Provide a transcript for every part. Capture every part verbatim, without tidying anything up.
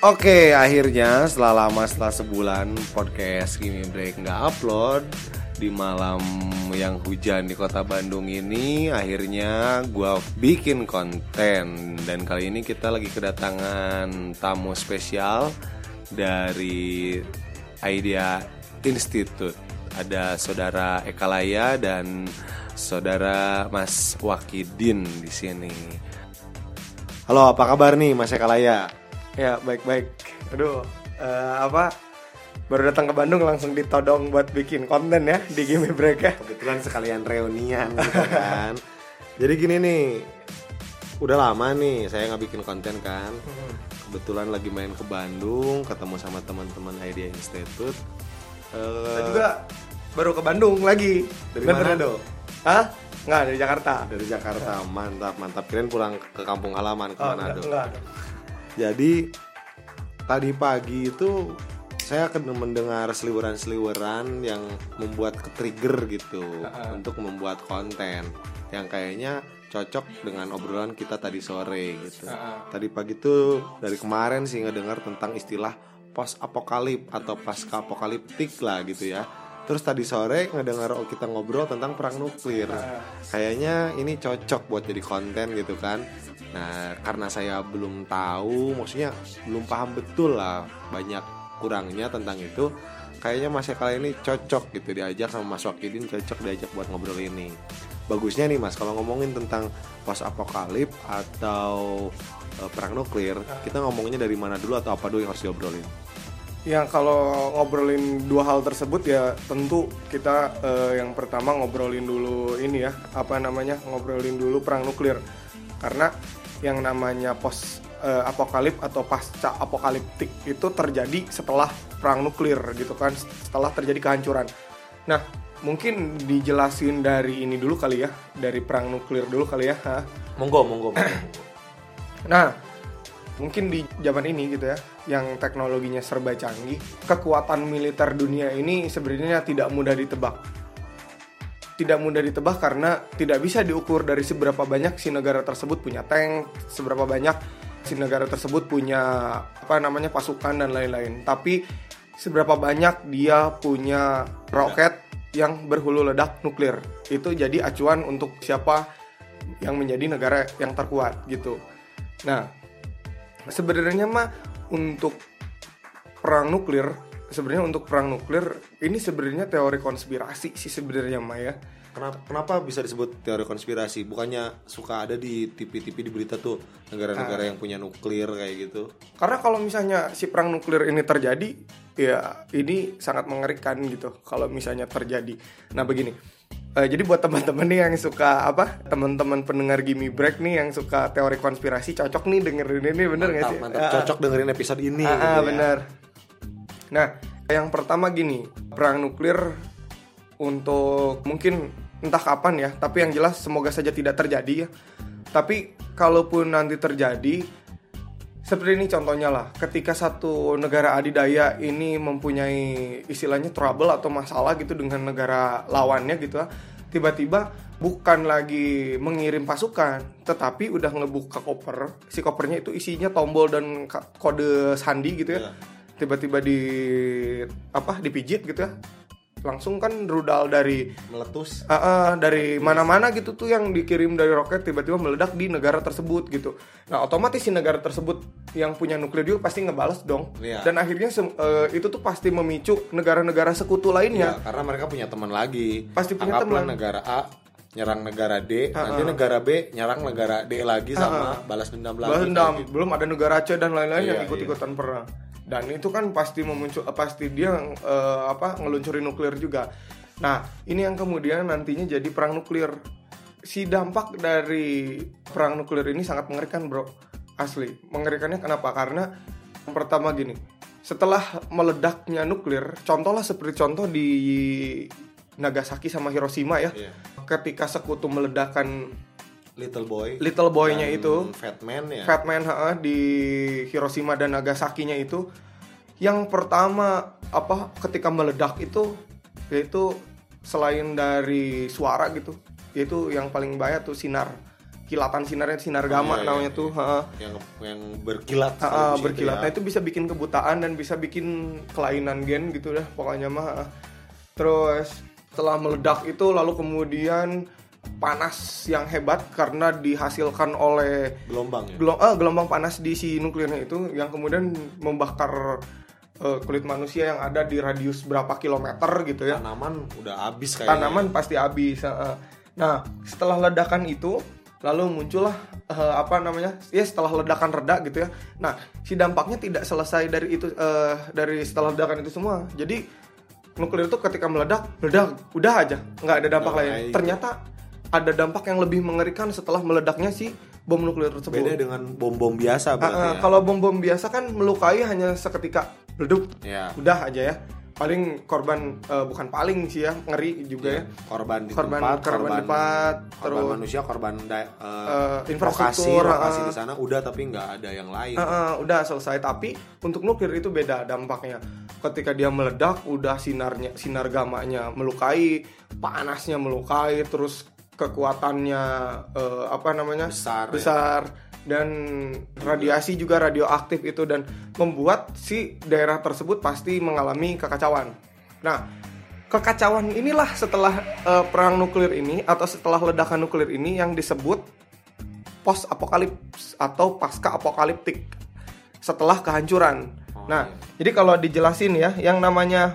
Oke, akhirnya setelah lama, setelah sebulan podcast Gimme Break nggak upload di malam yang hujan di kota Bandung ini, akhirnya gue bikin konten. Dan kali ini kita lagi kedatangan tamu spesial dari Idea Institute. Ada saudara Eka Laya dan saudara Mas Wakidin di sini. Halo, apa kabar nih Mas Eka Laya? Ya baik-baik. Aduh, uh, apa baru datang ke Bandung langsung ditodong buat bikin konten ya di Gimme Break ya. Kebetulan sekalian reunian gitu kan. Jadi gini nih, udah lama nih saya nggak bikin konten kan. Kebetulan lagi main ke Bandung, ketemu sama teman-teman Idea Institute. Uh, Saya juga baru ke Bandung lagi. Dari mana do? Hah? Nggak, dari Jakarta. Dari Jakarta, ya. Mantap mantap. Kirain pulang ke kampung halaman ke oh, Manado. Enggak, enggak. Jadi tadi pagi itu saya akan mendengar seliweran-seliweran yang membuat ke-trigger gitu uh-uh. untuk membuat konten yang kayaknya cocok dengan obrolan kita tadi sore gitu. Uh-uh. Tadi pagi tuh dari kemarin sih ngedengar tentang istilah post apokalip atau pasca apokaliptik lah gitu ya. Terus tadi sore ngedengar oh, kita ngobrol tentang perang nuklir. Uh. Kayaknya ini cocok buat jadi konten gitu kan. Nah, karena saya belum tahu, maksudnya belum paham betul lah banyak kurangnya tentang itu. Kayaknya Mas Eka ini cocok gitu diajak sama Mas Wakidin, cocok diajak buat ngobrol ini. Bagusnya nih Mas, kalau ngomongin tentang post apokalip atau e, perang nuklir, kita ngomongnya dari mana dulu atau apa dulu yang harus diobrolin? Ya kalau ngobrolin dua hal tersebut ya tentu kita eh, yang pertama ngobrolin dulu ini ya, apa namanya? ngobrolin dulu perang nuklir. Karena yang namanya post uh, apokalip atau pasca apokaliptik itu terjadi setelah perang nuklir gitu kan, setelah terjadi kehancuran. Nah, mungkin dijelasin dari ini dulu kali ya, dari perang nuklir dulu kali ya. Ha? Monggo, monggo, monggo. Nah, mungkin di zaman ini gitu ya, yang teknologinya serba canggih, kekuatan militer dunia ini sebenarnya tidak mudah ditebak. Tidak mudah ditebak karena tidak bisa diukur dari seberapa banyak si negara tersebut punya tank, seberapa banyak si negara tersebut punya apa namanya pasukan dan lain-lain. Tapi seberapa banyak dia punya roket yang berhulu ledak nuklir. Itu jadi acuan untuk siapa yang menjadi negara yang terkuat gitu. Nah, sebenarnya mah untuk perang nuklir Sebenarnya untuk perang nuklir ini sebenarnya teori konspirasi sih sebenarnya mah ya. Kenapa, kenapa bisa disebut teori konspirasi? Bukannya suka ada di T V-T V di berita tuh negara-negara ah. yang punya nuklir kayak gitu? Karena kalau misalnya si perang nuklir ini terjadi, ya ini sangat mengerikan gitu. Kalau misalnya terjadi. Nah begini, uh, jadi buat teman-teman nih yang suka apa, teman-teman pendengar Gimme Break nih yang suka teori konspirasi, cocok nih dengerin ini, bener nggak sih? Mantap, cocok dengerin episode ini. Ah, gitu ah, ya. Bener. Nah, yang pertama gini, perang nuklir untuk mungkin entah kapan ya, tapi yang jelas semoga saja tidak terjadi ya. Tapi kalaupun nanti terjadi, seperti ini contohnya lah, ketika satu negara adidaya ini mempunyai istilahnya trouble atau masalah gitu dengan negara lawannya gitu ya, tiba-tiba bukan lagi mengirim pasukan, tetapi udah ngebuka koper, si kopernya itu isinya tombol dan kode sandi gitu ya. Yeah. Tiba-tiba di apa dipijit gitu ya, langsung kan rudal dari meletus uh, uh, dari mana-mana gitu tuh yang dikirim dari roket tiba-tiba meledak di negara tersebut gitu. Nah otomatis si negara tersebut yang punya nuklir juga pasti ngebales dong. Yeah. Dan akhirnya uh, itu tuh pasti memicu negara-negara sekutu lainnya. Yeah, karena mereka punya teman lagi. Pasti punya teman. Negara A nyerang negara D, uh-uh. nanti negara B nyerang negara D lagi sama uh-uh. balas dendam lagi. Balas dendam. Gitu. Belum ada negara C dan lain-lain yeah, yang ikut-ikutan yeah. perang. Dan itu kan pasti memuncul, pasti dia uh, apa ngeluncurin nuklir juga. Nah ini yang kemudian nantinya jadi perang nuklir. Si dampak dari perang nuklir ini sangat mengerikan bro, asli. Mengerikannya kenapa? Karena yang pertama gini, setelah meledaknya nuklir, contohlah seperti contoh di Nagasaki sama Hiroshima ya, yeah. ketika sekutu meledakkan Little Boy, Little Boy-nya itu, Fat Man ya. Fat Man ha, di Hiroshima dan Nagasaki-nya itu, yang pertama apa ketika meledak itu, yaitu selain dari suara gitu, yaitu yang paling bahaya tuh sinar. kilatan sinarnya, sinar gamma iya, namanya iya, tuh. iya. yang yang berkilat Ha, selalu di berkilat. situ Nah ya. itu bisa bikin kebutaan dan bisa bikin kelainan gen gitu dah pokoknya mah. Terus setelah meledak itu lalu kemudian panas yang hebat karena dihasilkan oleh gelombang ya. gelom- eh, gelombang panas di si nuklirnya itu yang kemudian membakar eh, kulit manusia yang ada di radius berapa kilometer gitu ya. Tanaman udah habis kayaknya. Tanaman pasti habis. eh. Nah setelah ledakan itu lalu muncullah eh, apa namanya ya setelah ledakan reda gitu ya. Nah si dampaknya tidak selesai dari itu eh, dari setelah ledakan itu semua. Jadi nuklir itu ketika meledak meledak udah aja nggak ada dampak Nah, lain. gitu. Ternyata ada dampak yang lebih mengerikan setelah meledaknya si bom nuklir tersebut. Beda dengan bom-bom biasa berarti Ah, ah, ya. kalau bom-bom biasa kan melukai hanya seketika meleduk Ya. udah aja ya. Paling korban eh, bukan paling sih ya ngeri juga ya. korban di Korban- tempat, korban di tempat, korban terus- manusia, korban da- eh, Eh, lokasi, infrastruktur, lokasi ah. di sana udah tapi nggak ada yang lain. Ah, ah, udah selesai. Tapi untuk nuklir itu beda dampaknya. Ketika dia meledak, udah sinarnya, sinar gamanya melukai, panasnya melukai, terus kekuatannya eh, apa namanya Besar, ya. besar dan radiasi juga radioaktif itu dan membuat si daerah tersebut pasti mengalami kekacauan. Nah, kekacauan inilah setelah eh, perang nuklir ini atau setelah ledakan nuklir ini yang disebut post apokalips atau pasca apokaliptik setelah kehancuran. Oh, nah, iya. jadi kalau dijelasin ya, yang namanya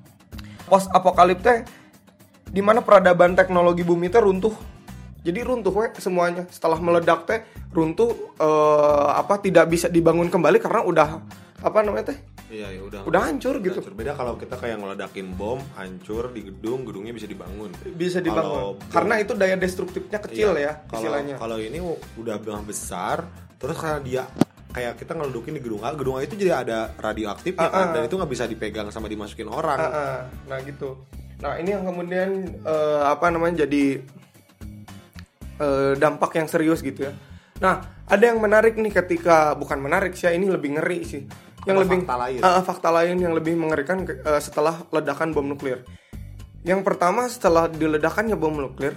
post apokaliptik di mana peradaban teknologi bumi teh runtuh. Jadi runtuh we semuanya. Setelah meledak teh runtuh eh, apa tidak bisa dibangun kembali karena udah apa namanya teh? Iya, ya udah. Udah hancur gitu. Hancur. Beda kalau kita kayak ngeledakin bom, hancur di gedung, gedungnya bisa dibangun. Bisa dibangun. Kalau Karena itu daya destruktifnya kecil Iya, ya Kalau istilahnya. kalau ini udah bilang besar, terus karena dia kayak kita ngeledukin di gedung A, gedung A itu jadi ada radioaktifnya Ah, kan, ah. dan itu nggak bisa dipegang sama dimasukin orang. Ah, ah. Nah gitu. Nah ini yang kemudian eh, apa namanya jadi eh, dampak yang serius gitu ya. Nah ada yang menarik nih ketika bukan menarik sih, ini lebih ngeri sih. Yang Ada lebih fakta lain. Ah, ah, fakta lain yang lebih mengerikan ke- eh, setelah ledakan bom nuklir. Yang pertama setelah diledakannya bom nuklir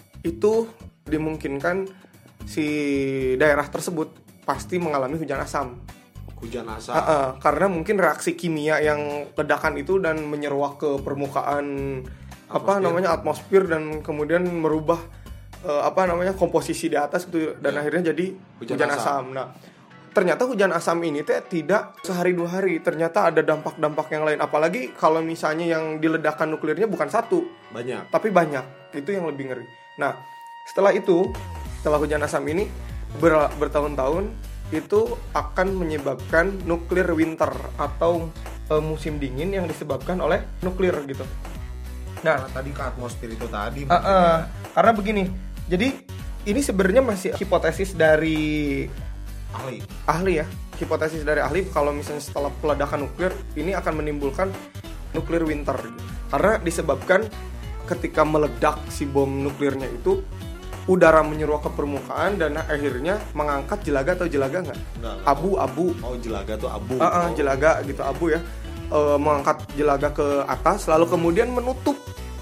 itu dimungkinkan si daerah tersebut pasti mengalami hujan asam. Hujan asap. Ah, ah, karena mungkin reaksi kimia yang ledakan itu dan menyeruak ke permukaan apa Atmosfer. namanya atmosfer dan kemudian merubah eh, apa namanya komposisi di atas gitu dan Ya. akhirnya jadi Hujan hujan, asam. asam. Nah, ternyata hujan asam ini teh tidak sehari dua hari, ternyata ada dampak-dampak yang lain. Apalagi kalau misalnya yang diledakkan nuklirnya bukan satu, Banyak. tapi banyak. Itu yang lebih ngeri. Nah, setelah itu, setelah hujan asam ini ber- bertahun-tahun itu akan menyebabkan nuklir winter atau e, musim dingin yang disebabkan oleh nuklir gitu. Nah, Karena tadi ke atmosfer itu tadi. uh, uh, karena begini. Jadi ini sebenarnya masih hipotesis dari ahli. ahli ya. Hipotesis dari ahli kalau misalnya setelah peledakan nuklir ini akan menimbulkan nuklir winter gitu. Karena disebabkan ketika meledak si bom nuklirnya itu udara menyeruak ke permukaan dan akhirnya mengangkat jelaga atau jelaga nggak? Enggak. Abu-abu. Oh, jelaga tuh abu. Ah, ah, Oh. jelaga gitu abu ya. E, mengangkat jelaga ke atas lalu kemudian menutup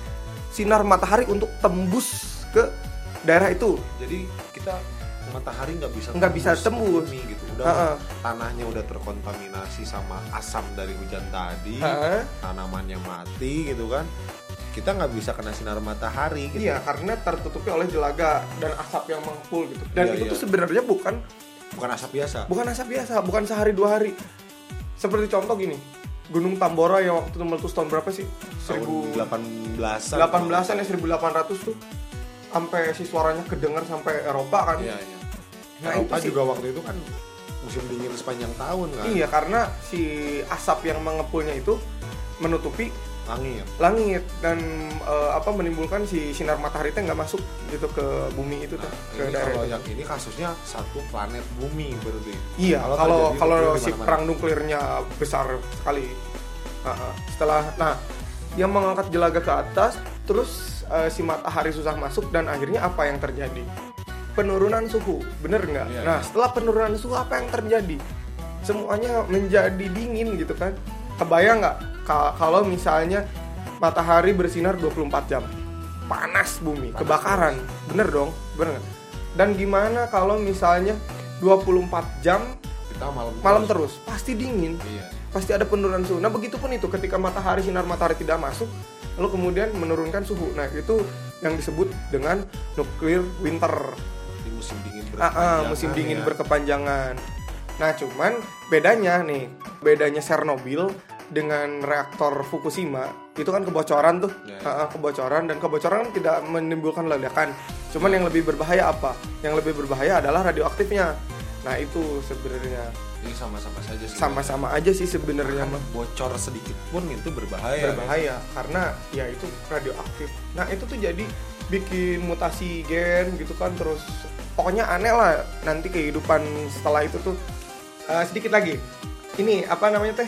sinar matahari untuk tembus ke daerah itu. Jadi kita matahari nggak bisa Nggak bisa tembus. ke bumi gitu. Udah Ha-ha. tanahnya udah terkontaminasi sama asam dari hujan tadi. Ha-ha. Tanamannya mati gitu kan. Kita nggak bisa kena sinar matahari gitu. Iya, karena tertutupi oleh jelaga dan asap yang mengepul gitu. Dan Iya, itu iya. tuh sebenarnya bukan Bukan asap biasa. bukan asap biasa, bukan sehari dua hari. Seperti contoh gini, Gunung Tambora yang waktu itu meletus tahun berapa sih? Tahun delapan belasan. delapan belasan ya seribu delapan ratus tuh. Sampai si suaranya kedengar sampai Eropa kan. Iya, iya. Nah, Eropa itu sih. juga waktu itu kan musim dingin sepanjang tahun kan. Iya, karena si asap yang mengepulnya itu menutupi Langit. langit dan eh, apa menimbulkan si sinar matahari teh nggak masuk gitu ke bumi itu tuh, Nah, ke ini daerah kalau itu. yang ini kasusnya satu planet bumi berarti. Iya, Kalau kalau terjadi kalau nuklir di si mana-mana. perang nuklirnya besar sekali. Nah, ah. setelah, nah, yang mengangkat jelaga ke atas, terus eh, si matahari susah masuk dan akhirnya apa yang terjadi? Penurunan suhu, bener nggak? Iya, nah, iya. setelah penurunan suhu apa yang terjadi? Semuanya menjadi dingin gitu kan? Kebayang nggak Ka- kalau misalnya matahari bersinar dua puluh empat jam, panas bumi, Panas kebakaran, bener dong, bener nggak? Dan gimana kalau misalnya dua puluh empat jam kita malam malam terus, terus pasti dingin. Iya. Pasti ada penurunan suhu. Nah, begitupun itu ketika matahari sinar matahari tidak masuk, lalu kemudian menurunkan suhu. Nah, itu yang disebut dengan nuclear winter. Di musim dingin berkepanjangan. Ah, ah, musim dingin ya. berkepanjangan. Nah, cuman bedanya nih, bedanya Chernobyl dengan reaktor Fukushima itu kan kebocoran tuh, ya, ya. Uh, kebocoran dan kebocoran tidak menimbulkan ledakan. Cuman yang lebih berbahaya apa? Yang lebih berbahaya adalah radioaktifnya. Nah itu sebenarnya. Ini sama-sama saja sih. Sama-sama ya. aja sih sebenarnya mah. Bocor sedikit pun itu berbahaya. Berbahaya ya. Karena ya itu radioaktif. Nah itu tuh jadi bikin mutasi gen gitu kan, terus pokoknya aneh lah nanti kehidupan setelah itu tuh. Uh, sedikit lagi. Ini apa namanya teh?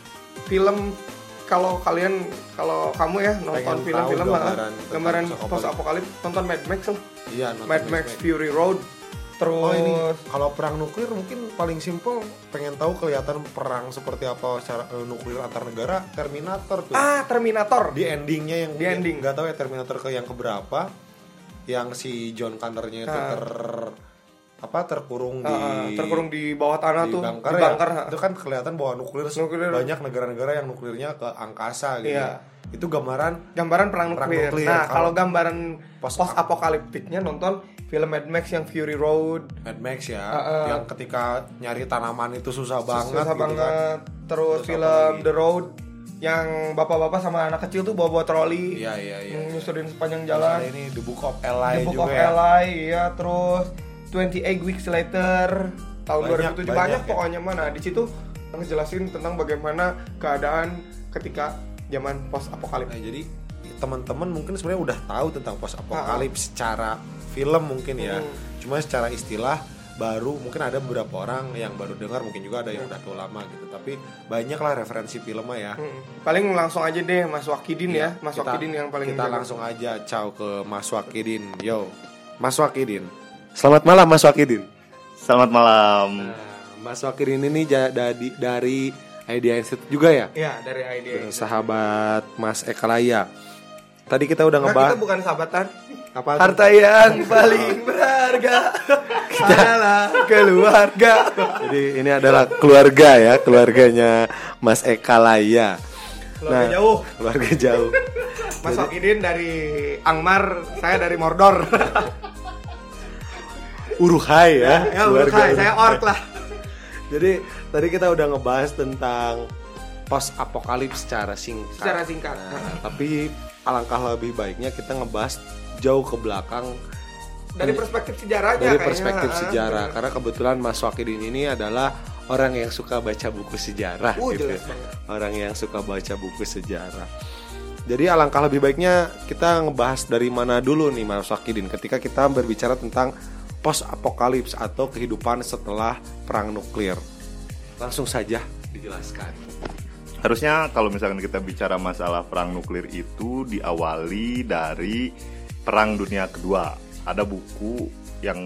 Film kalau kalian kalau kamu ya nonton film-film lah gambaran post apokalips, tonton Mad Max lah. Iya, Mad Max, Max Fury Road. Terus oh, ini kalau perang nuklir mungkin paling simpel, pengen tahu kelihatan perang seperti apa secara uh, nuklir antar negara, Terminator tuh. Ah, Terminator. Di endingnya yang di ending enggak tahu ya Terminator ke yang keberapa, yang si John Connor-nya itu ah. ter apa terkurung di uh, terkurung di bawah tanah di tuh bunker, di bunker ya? Itu kan kelihatan bahwa nuklir, nuklir banyak negara-negara yang nuklirnya ke angkasa gitu. Iya. Itu gambaran gambaran perang, perang nuklir. nuklir. Nah, kalau gambaran post apokaliptiknya nonton film Mad Max yang Fury Road. Mad Max ya, uh, uh, yang ketika nyari tanaman itu susah banget susah gitu banget. Kan. Terus, Terus film The Road yang bapak-bapak sama anak kecil tuh bawa-bawa troli. Iya, iya, iya. Nyusurin sepanjang jalan. Terus ini The Book of Eli The Book juga of ya. Eli, iya, terus twenty-eight Weeks Later tahun banyak, dua ribu tujuh banyak, banyak ya. pokoknya mana di situ ngejelasin tentang bagaimana keadaan ketika zaman post apokalips. Nah, jadi teman-teman mungkin sebenarnya udah tahu tentang post apokalips secara film mungkin ya. Hmm. Cuma secara istilah baru mungkin ada beberapa orang yang baru dengar, mungkin juga ada yang udah tahu lama gitu. Tapi banyaklah referensi filmnya ya. Hmm. Paling langsung aja deh Mas Wakidin ya, ya. Mas kita, Wakidin yang paling kita langsung aja ciao ke Mas Wakidin. Yo, Mas Wakidin. Selamat malam Mas Wakidin. Selamat malam. Nah, Mas Wakidin ini dari dari Idea Institute juga ya? Iya, dari Idea Institute. Sahabat Mas Eka Laya. Tadi kita udah ngebahas. Nah, kita bukan sahabatan. Apa? Harta yang paling berharga adalah keluarga. Jadi ini adalah keluarga ya, keluarganya Mas Eka Laya. Keluarga nah, jauh. Keluarga jauh. Mas Wakidin dari Angmar, saya dari Mordor. Uruhai ya, ya, ya Uruhai, saya orc lah. Jadi tadi kita udah ngebahas tentang post apokalips secara singkat. Secara singkat. Nah, tapi alangkah lebih baiknya kita ngebahas jauh ke belakang dari perspektif sejarahnya. Dari kayaknya. perspektif sejarah, ah, karena kebetulan Mas Wakidin ini adalah orang yang suka baca buku sejarah. Uh, gitu. jelas banget. Orang yang suka baca buku sejarah. Jadi alangkah lebih baiknya kita ngebahas dari mana dulu nih Mas Wakidin ketika kita berbicara tentang post apokalips atau kehidupan setelah perang nuklir. Langsung saja dijelaskan. Harusnya kalau misalkan kita bicara masalah perang nuklir itu diawali dari Perang Dunia Kedua. Ada buku yang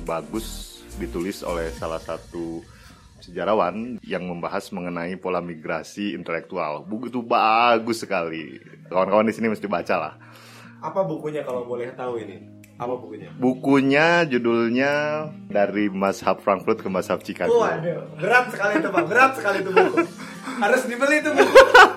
bagus ditulis oleh salah satu sejarawan yang membahas mengenai pola migrasi intelektual. Buku itu bagus sekali. Kawan-kawan di sini mesti baca lah. Apa bukunya kalau boleh tahu ini? Apa bukunya? Bukunya judulnya Dari Mazhab Frankfurt ke Mazhab Chicago. Waduh, berat sekali itu Pak, berat sekali itu buku. Harus dibeli itu buku.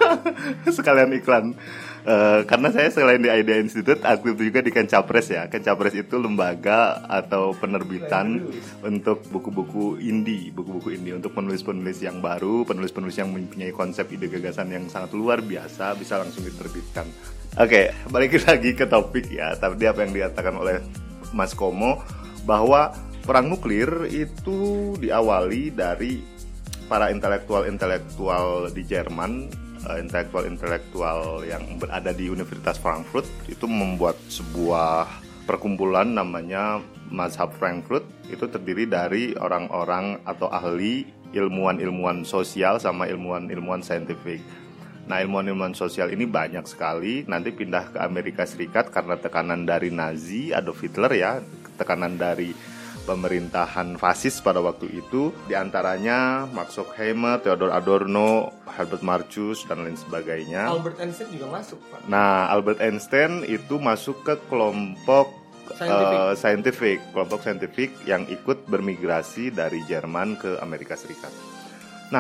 Sekalian iklan. Uh, karena saya selain di Idea Institute aktif juga di Kencapres ya. Kencapres itu lembaga atau penerbitan untuk buku-buku indie, buku-buku indie untuk penulis-penulis yang baru, penulis-penulis yang mempunyai konsep ide gagasan yang sangat luar biasa bisa langsung diterbitkan. Oke, okay, balik lagi ke topik ya. Tadi apa yang dikatakan oleh Mas Komo bahwa perang nuklir itu diawali dari para intelektual-intelektual di Jerman. Uh, intelektual-intelektual yang berada di Universitas Frankfurt itu membuat sebuah perkumpulan namanya Mazhab Frankfurt. Itu terdiri dari orang-orang atau ahli, ilmuwan-ilmuwan sosial sama ilmuwan-ilmuwan saintifik. Nah, ilmuwan-ilmuwan sosial ini banyak sekali. Nanti pindah ke Amerika Serikat karena tekanan dari Nazi, Adolf Hitler ya, tekanan dari pemerintahan fasis pada waktu itu, diantaranya Max Horkheimer, Theodor Adorno, Herbert Marcuse dan lain sebagainya. Albert Einstein juga masuk Pak. Nah, Albert Einstein itu masuk ke kelompok Scientific. uh, scientific, kelompok scientific yang ikut bermigrasi dari Jerman ke Amerika Serikat. Nah,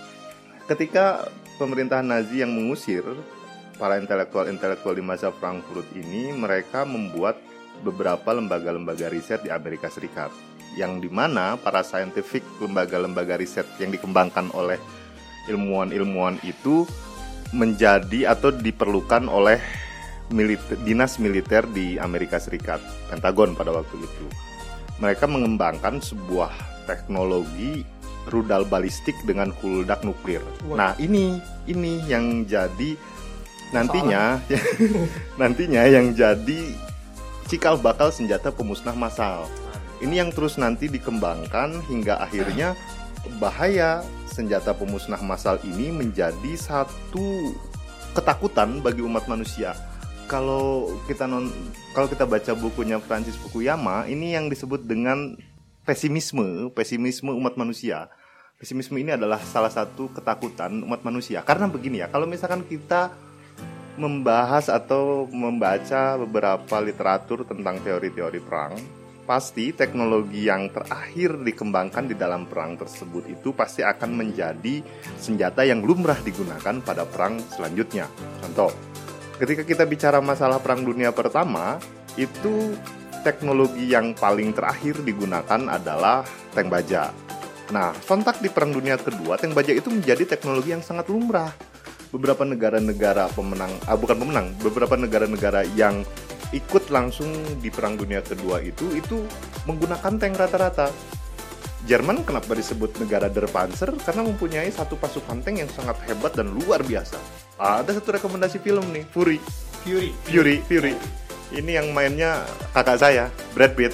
ketika pemerintahan Nazi yang mengusir para intelektual-intelektual di masa Frankfurt ini, mereka membuat beberapa lembaga-lembaga riset di Amerika Serikat, yang dimana para scientific, lembaga-lembaga riset yang dikembangkan oleh ilmuwan-ilmuwan itu menjadi atau diperlukan oleh militer, dinas militer di Amerika Serikat, Pentagon pada waktu itu. Mereka mengembangkan sebuah teknologi rudal balistik dengan huludak nuklir. Wow. Nah, ini ini yang jadi nantinya nantinya yang jadi cikal bakal senjata pemusnah massal. Ini yang terus nanti dikembangkan hingga akhirnya bahaya senjata pemusnah massal ini menjadi satu ketakutan bagi umat manusia. Kalau kita non, kalau kita baca bukunya Francis Fukuyama, ini yang disebut dengan pesimisme, pesimisme umat manusia. Pesimisme ini adalah salah satu ketakutan umat manusia. Karena begini ya, kalau misalkan kita membahas atau membaca beberapa literatur tentang teori-teori perang, pasti teknologi yang terakhir dikembangkan di dalam perang tersebut itu pasti akan menjadi senjata yang lumrah digunakan pada perang selanjutnya. Contoh, ketika kita bicara masalah Perang Dunia Pertama, itu teknologi yang paling terakhir digunakan adalah tank baja. Nah, sontak di Perang Dunia Kedua, tank baja itu menjadi teknologi yang sangat lumrah. Beberapa negara-negara pemenang, ah bukan pemenang, beberapa negara-negara yang ikut langsung di Perang Dunia Kedua itu itu menggunakan tank rata-rata. Jerman kenapa disebut negara Der Panzer? Karena mempunyai satu pasukan tank yang sangat hebat dan luar biasa. Ah, ada satu rekomendasi film nih, Fury. Fury. Fury, Fury. Ini yang mainnya kakak saya, Brad Pitt.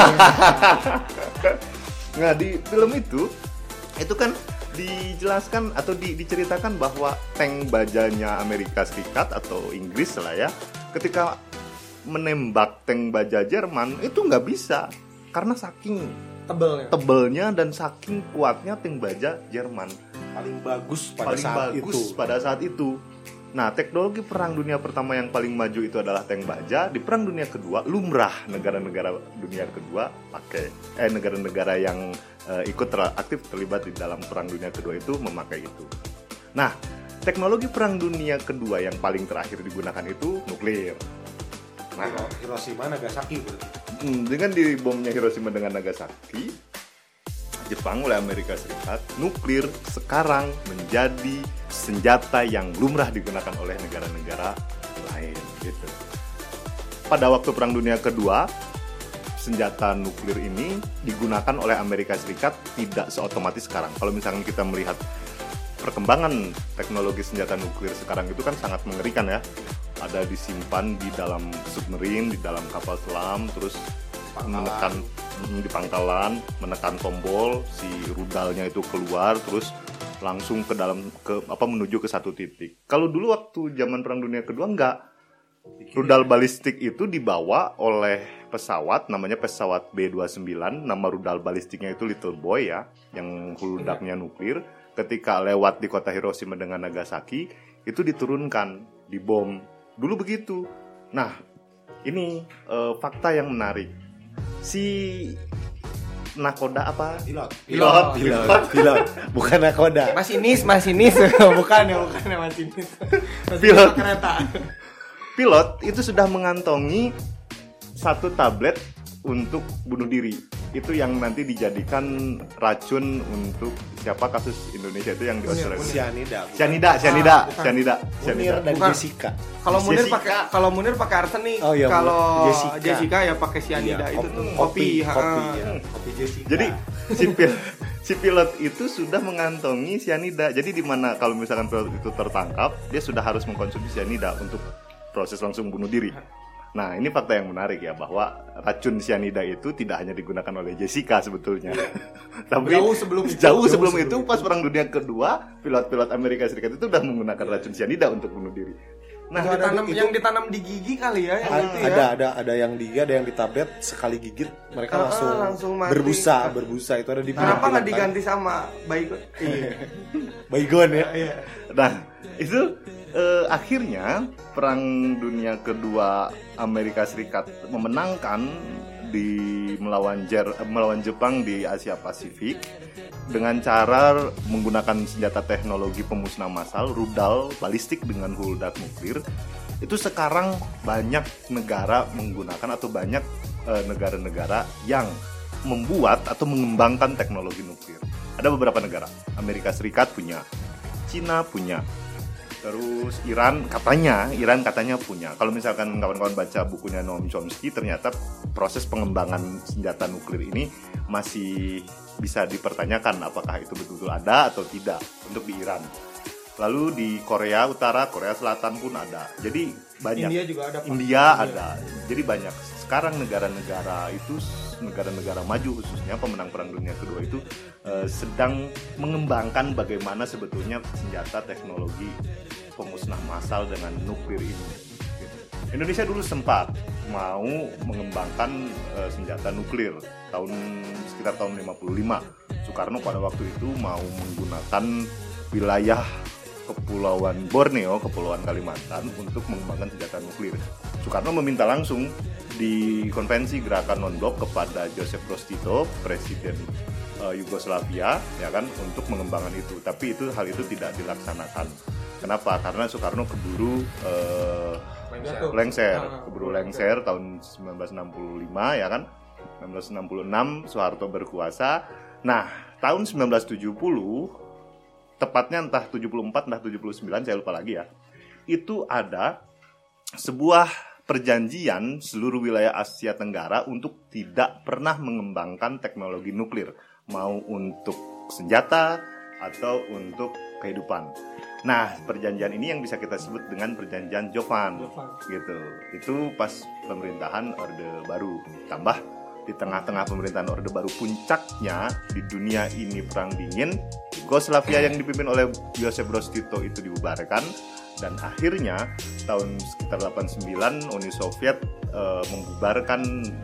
Nah, di film itu itu kan dijelaskan atau di, diceritakan bahwa tank bajanya Amerika Serikat atau Inggris lah ya, ketika menembak tank baja Jerman itu nggak bisa karena saking tebelnya, tebelnya dan saking kuatnya tank baja Jerman. Paling bagus pada paling saat bagus itu. pada saat itu. Nah, teknologi Perang Dunia Pertama yang paling maju itu adalah tank baja. Di Perang Dunia Kedua, lumrah negara-negara dunia kedua pakai eh negara-negara yang uh, ikut ter- aktif terlibat di dalam Perang Dunia Kedua itu memakai itu. Nah, teknologi Perang Dunia Kedua yang paling terakhir digunakan itu nuklir. Nah, Hiroshima Nagasaki berarti. Hmm, dengan dibomnya Hiroshima dengan Nagasaki, Jepang oleh Amerika Serikat, nuklir sekarang menjadi senjata yang lumrah digunakan oleh negara-negara lain gitu. Pada waktu Perang Dunia Kedua, senjata nuklir ini digunakan oleh Amerika Serikat tidak seotomatis sekarang. Kalau misalkan kita melihat perkembangan teknologi senjata nuklir sekarang itu kan sangat mengerikan ya. Ada disimpan di dalam submarine, di dalam kapal selam, terus menekan di pangkalan, menekan tombol, si rudalnya itu keluar, terus langsung ke dalam ke apa menuju ke satu titik. Kalau dulu waktu zaman Perang Dunia Kedua enggak. Rudal balistik itu dibawa oleh pesawat, namanya pesawat B dua puluh sembilan, nama rudal balistiknya itu Little Boy ya, yang huludaknya nuklir. Ketika lewat di kota Hiroshima dengan Nagasaki, itu diturunkan, dibom. Dulu begitu. Nah, ini uh, fakta yang menarik. Si nakoda apa? Pilot. Pilot, Pilot, pilot, pilot. Bukan nakoda. Masinis, masinis. bukan ya, bukan ya masinis. Masinis Pilot. kereta. Pilot itu sudah mengantongi satu tablet untuk bunuh diri. Itu yang nanti dijadikan racun untuk siapa kasus Indonesia itu yang di Australia. Cyanida. Cyanida, cyanida, Ah, cyanida, Munir cyanida. dan Bukan. Jessica. Kalau Munir Jessica. pakai kalau Munir pakai arsenik. Oh, iya, kalau Jessica. Jessica. ya pakai cyanida Iya, itu kopi, tuh kopi, kopi. kopi, ha. ya. Kopi Jessica. Jadi si pilot, si pilot itu sudah mengantongi cyanida. Jadi di mana kalau misalkan pilot itu tertangkap, dia sudah harus mengkonsumsi cyanida untuk proses langsung bunuh diri. Nah, ini fakta yang menarik ya, bahwa racun cyanida itu tidak hanya digunakan oleh Jessica sebetulnya. Tapi Jauh sebelum itu. jauh sebelum Jauh itu sebelum pas Perang Dunia Kedua, pilot-pilot Amerika Serikat itu sudah menggunakan racun cyanida untuk bunuh diri. Nah, Yang ditanam, itu- yang ditanam di gigi kali ya, yang A- itu ya. ada ada ada yang di ada yang di tablet sekali gigit mereka Ah, langsung, langsung mati. berbusa berbusa itu ada di Kenapa nggak film-film diganti sama baik? Iya. kan. Baygon ya. Iya. Nah, itu eh, akhirnya Perang Dunia Kedua Amerika Serikat memenangkan di melawan Jer- melawan Jepang di Asia Pasifik dengan cara menggunakan senjata teknologi pemusnah massal, rudal balistik dengan huldak nuklir. Itu sekarang banyak negara menggunakan atau banyak eh, negara-negara yang membuat atau mengembangkan teknologi nuklir. Ada beberapa negara, Amerika Serikat punya, Cina punya, terus Iran katanya, Iran katanya punya. Kalau misalkan kawan-kawan baca bukunya Noam Chomsky, ternyata proses pengembangan senjata nuklir ini masih bisa dipertanyakan apakah itu betul-betul ada atau tidak untuk di Iran. Lalu di Korea Utara, Korea Selatan pun ada. Jadi banyak. India juga ada. Pak. India ada. Jadi banyak. Sekarang negara-negara itu, negara-negara maju khususnya pemenang Perang Dunia Kedua itu eh, sedang mengembangkan bagaimana sebetulnya senjata teknologi pemusnah massal dengan nuklir ini. Indonesia dulu sempat mau mengembangkan uh, senjata nuklir tahun sekitar tahun lima puluh lima. Soekarno pada waktu itu mau menggunakan wilayah Kepulauan Borneo, Kepulauan Kalimantan untuk mengembangkan senjata nuklir. Soekarno meminta langsung di konvensi gerakan non-blok kepada Joseph Broz Tito, presiden uh, Yugoslavia, ya kan, untuk mengembangkan itu. Tapi itu hal itu tidak dilaksanakan. Kenapa? Karena Soekarno keburu uh, lengser, keburu lengser tahun sembilan belas enam puluh lima, ya kan? sembilan belas enam puluh enam Soeharto berkuasa. Nah, tahun sembilan belas tujuh puluh, tepatnya entah tujuh puluh empat entah tujuh puluh sembilan, saya lupa lagi ya. Itu ada sebuah perjanjian seluruh wilayah Asia Tenggara untuk tidak pernah mengembangkan teknologi nuklir, mau untuk senjata atau untuk kehidupan. Nah, perjanjian ini yang bisa kita sebut dengan perjanjian Jovan, gitu. Itu pas pemerintahan Orde Baru. Tambah di tengah-tengah pemerintahan Orde Baru, puncaknya di dunia ini perang dingin, Yugoslavia yang dipimpin oleh Joseph Broz Tito itu dibubarkan, dan akhirnya tahun sekitar delapan puluh sembilan Uni Soviet e, membubarkan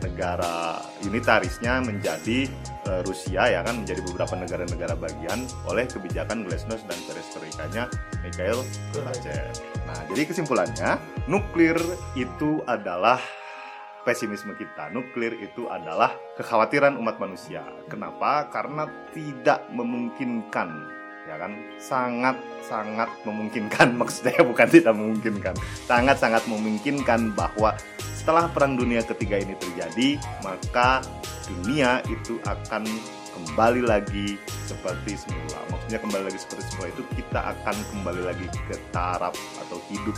negara unitarisnya menjadi e, Rusia, ya kan, menjadi beberapa negara-negara bagian oleh kebijakan Glasnost dan perestroikanya Mikhail Gorbachev. Nah, jadi kesimpulannya, nuklir itu adalah pesimisme kita. Nuklir itu adalah kekhawatiran umat manusia. Kenapa? Karena tidak memungkinkan, ya kan? Sangat-sangat memungkinkan, maksudnya bukan tidak memungkinkan. Sangat-sangat memungkinkan bahwa setelah Perang Dunia Ketiga ini terjadi, maka dunia itu akan kembali lagi seperti semula. Maksudnya kembali lagi seperti semula itu kita akan kembali lagi ke taraf atau hidup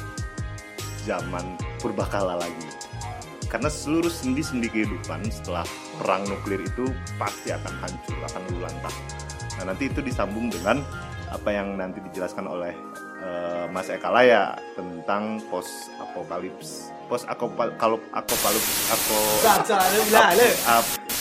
zaman purbakala lagi. Karena seluruh sendi-sendi kehidupan setelah perang nuklir itu pasti akan hancur, akan luluh-lantah. Nah, nanti itu disambung dengan apa yang nanti dijelaskan oleh uh, Mas Eka Laya tentang post apokalips, post apokalips, ako